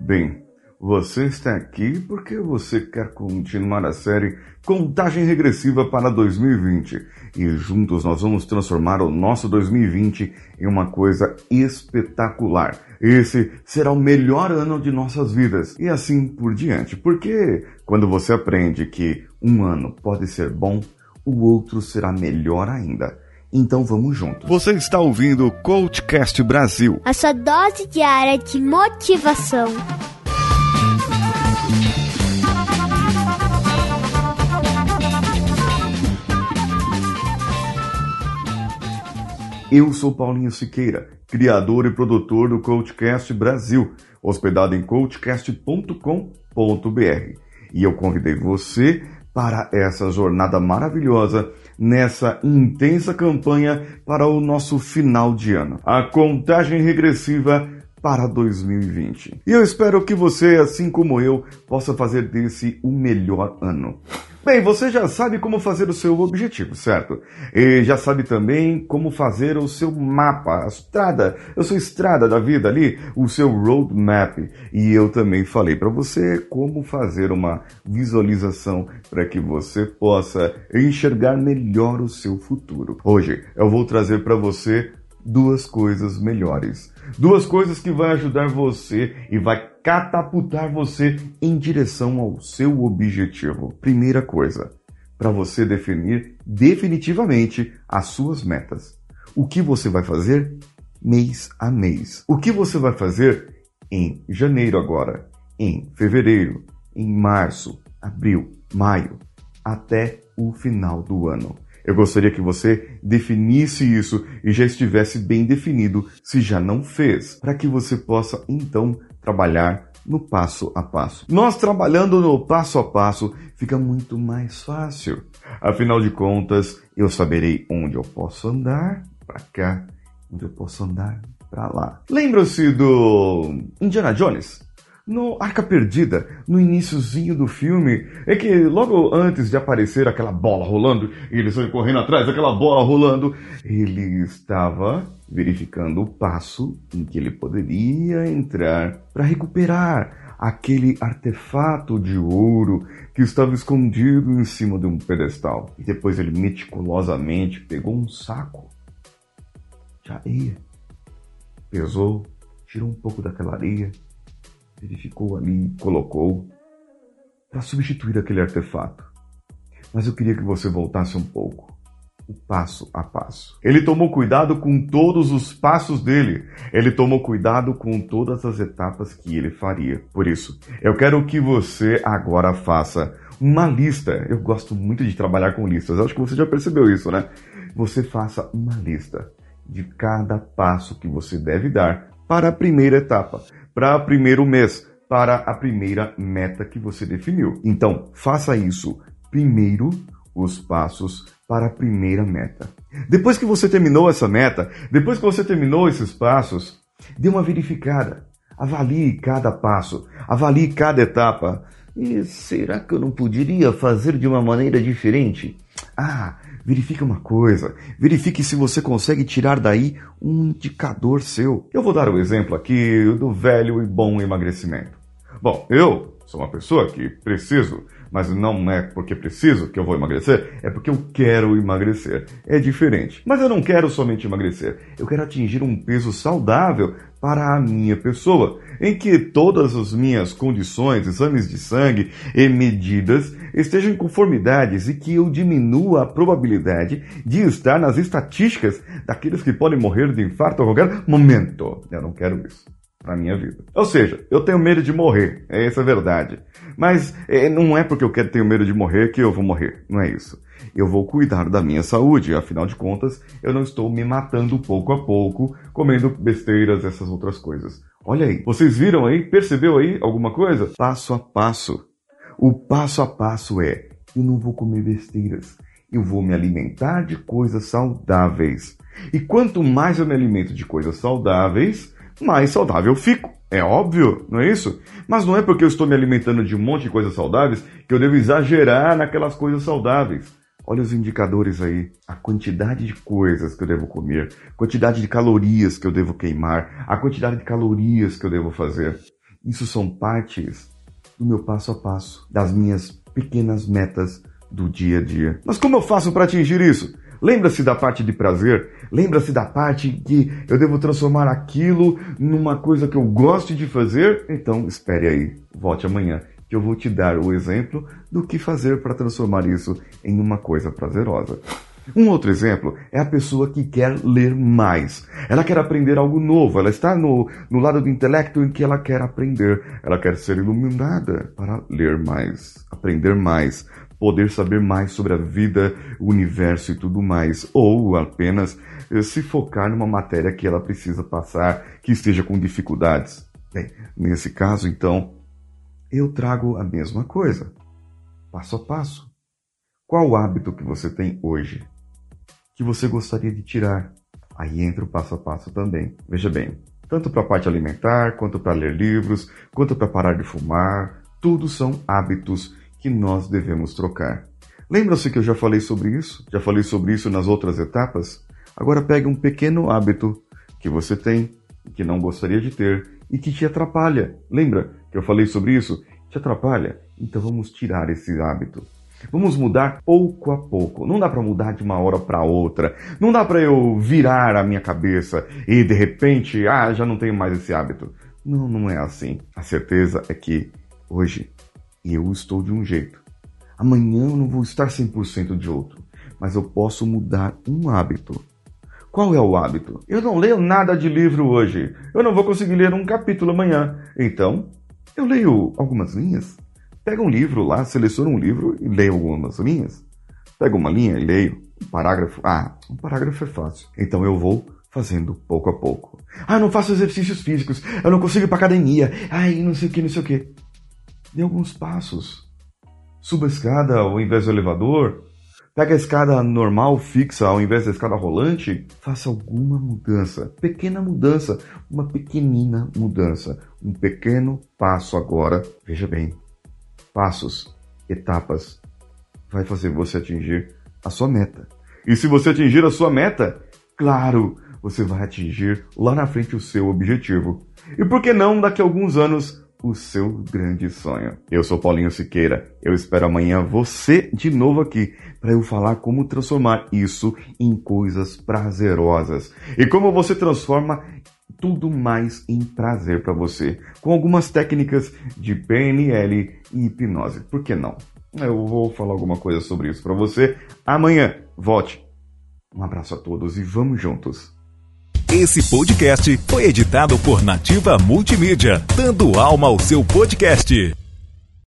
Bem, você está aqui porque você quer continuar a série Contagem Regressiva para 2020. E juntos nós vamos transformar o nosso 2020 em uma coisa espetacular. Esse será o melhor ano de nossas vidas. E assim por diante. Porque quando você aprende que um ano pode ser bom, o outro será melhor ainda. Então vamos juntos. Você está ouvindo o CoachCast Brasil. A sua dose diária de motivação. Eu sou Paulinho Siqueira, criador e produtor do CoachCast Brasil, hospedado em coachcast.com.br. E eu convidei você para essa jornada maravilhosa, nessa intensa campanha para o nosso final de ano. A contagem regressiva para 2020. E eu espero que você, assim como eu, possa fazer desse o melhor ano. Bem, você já sabe como fazer o seu objetivo, certo? E já sabe também como fazer o seu mapa, a sua estrada da vida ali, o seu roadmap. E eu também falei para você como fazer uma visualização para que você possa enxergar melhor o seu futuro. Hoje eu vou trazer para você duas coisas melhores. Duas coisas que vai ajudar você e vai catapultar você em direção ao seu objetivo. Primeira coisa, para você definir definitivamente as suas metas. O que você vai fazer mês a mês? O que você vai fazer em janeiro agora, em fevereiro, em março, abril, maio, até o final do ano? Eu gostaria que você definisse isso e já estivesse bem definido, se já não fez, para que você possa, então, trabalhar no passo a passo. Nós trabalhando no passo a passo fica muito mais fácil. Afinal de contas, eu saberei onde eu posso andar, para cá, onde eu posso andar, para lá. Lembra-se do Indiana Jones? No Arca Perdida, no iniciozinho do filme, é que logo antes de aparecer aquela bola rolando, e ele saiu correndo atrás daquela bola rolando, ele estava verificando o passo em que ele poderia entrar para recuperar aquele artefato de ouro que estava escondido em cima de um pedestal. E depois ele meticulosamente pegou um saco de areia, pesou, tirou um pouco daquela areia, verificou ali, colocou para substituir aquele artefato. Mas eu queria que você voltasse um pouco, o passo a passo. Ele tomou cuidado com todos os passos dele. Ele tomou cuidado com todas as etapas que ele faria. Por isso, eu quero que você agora faça uma lista. Eu gosto muito de trabalhar com listas. Acho que você já percebeu isso, né? Você faça uma lista de cada passo que você deve dar para a primeira etapa, para o primeiro mês, para a primeira meta que você definiu. Então, faça isso primeiro, os passos para a primeira meta. Depois que você terminou essa meta, depois que você terminou esses passos, dê uma verificada. Avalie cada passo, avalie cada etapa. E será que eu não poderia fazer de uma maneira diferente? Verifique uma coisa, verifique se você consegue tirar daí um indicador seu. Eu vou dar o exemplo aqui do velho e bom emagrecimento. Bom, eu sou uma pessoa que preciso, mas não é porque preciso que eu vou emagrecer, é porque eu quero emagrecer. É diferente. Mas eu não quero somente emagrecer, eu quero atingir um peso saudável para a minha pessoa, em que todas as minhas condições, exames de sangue e medidas estejam em conformidades e que eu diminua a probabilidade de estar nas estatísticas daqueles que podem morrer de infarto a qualquer momento. Eu não quero isso para a minha vida. Ou seja, eu tenho medo de morrer, essa é a verdade. Mas não é porque eu tenho medo de morrer que eu vou morrer, não é isso. Eu vou cuidar da minha saúde, afinal de contas, eu não estou me matando pouco a pouco, comendo besteiras, essas outras coisas. Olha aí, vocês viram aí? Percebeu aí alguma coisa? Passo a passo. O passo a passo é, eu não vou comer besteiras, eu vou me alimentar de coisas saudáveis. E quanto mais eu me alimento de coisas saudáveis, mais saudável eu fico. É óbvio, não é isso? Mas não é porque eu estou me alimentando de um monte de coisas saudáveis que eu devo exagerar naquelas coisas saudáveis. Olha os indicadores aí, a quantidade de coisas que eu devo comer, a quantidade de calorias que eu devo queimar, a quantidade de calorias que eu devo fazer. Isso são partes do meu passo a passo, das minhas pequenas metas do dia a dia. Mas como eu faço para atingir isso? Lembra-se da parte de prazer? Lembra-se da parte que eu devo transformar aquilo numa coisa que eu gosto de fazer? Então espere aí, volte amanhã, que eu vou te dar o exemplo do que fazer para transformar isso em uma coisa prazerosa. Um outro exemplo é a pessoa que quer ler mais. Ela quer aprender algo novo, ela está no lado do intelecto em que ela quer aprender. Ela quer ser iluminada para ler mais, aprender mais, poder saber mais sobre a vida, o universo e tudo mais. Ou apenas se focar numa matéria que ela precisa passar, que esteja com dificuldades. Bem, nesse caso, então, eu trago a mesma coisa, passo a passo. Qual o hábito que você tem hoje que você gostaria de tirar? Aí entra o passo a passo também. Veja bem, tanto para a parte alimentar, quanto para ler livros, quanto para parar de fumar, tudo são hábitos que nós devemos trocar. Lembra-se que eu já falei sobre isso? Já falei sobre isso nas outras etapas? Agora pegue um pequeno hábito que você tem, que não gostaria de ter e que te atrapalha. Lembra que eu falei sobre isso? Te atrapalha? Então vamos tirar esse hábito. Vamos mudar pouco a pouco. Não dá para mudar de uma hora para outra. Não dá para eu virar a minha cabeça e de repente, já não tenho mais esse hábito. Não, não é assim. A certeza é que hoje eu estou de um jeito. Amanhã eu não vou estar 100% de outro. Mas eu posso mudar um hábito. Qual é o hábito? Eu não leio nada de livro hoje. Eu não vou conseguir ler um capítulo amanhã. Então, eu leio algumas linhas. Pega um livro lá, seleciona um livro e leia algumas linhas. Pega uma linha e leio um parágrafo. Um parágrafo é fácil. Então eu vou fazendo pouco a pouco. Não faço exercícios físicos. Eu não consigo ir para academia. Não sei o que, não sei o que. Dê alguns passos. Suba a escada ao invés do elevador. Pega a escada normal, fixa, ao invés da escada rolante. Faça alguma mudança. Pequena mudança. Uma pequenina mudança. Um pequeno passo agora. Veja bem. Passos, etapas, vai fazer você atingir a sua meta. E se você atingir a sua meta, claro, você vai atingir lá na frente o seu objetivo. E por que não, daqui a alguns anos, o seu grande sonho. Eu sou Paulinho Siqueira. Eu espero amanhã você de novo aqui para eu falar como transformar isso em coisas prazerosas. E como você transforma tudo mais em prazer para você, com algumas técnicas de PNL e hipnose. Por que não? Eu vou falar alguma coisa sobre isso para você amanhã. Volte. Um abraço a todos e vamos juntos. Esse podcast foi editado por Nativa Multimídia, dando alma ao seu podcast.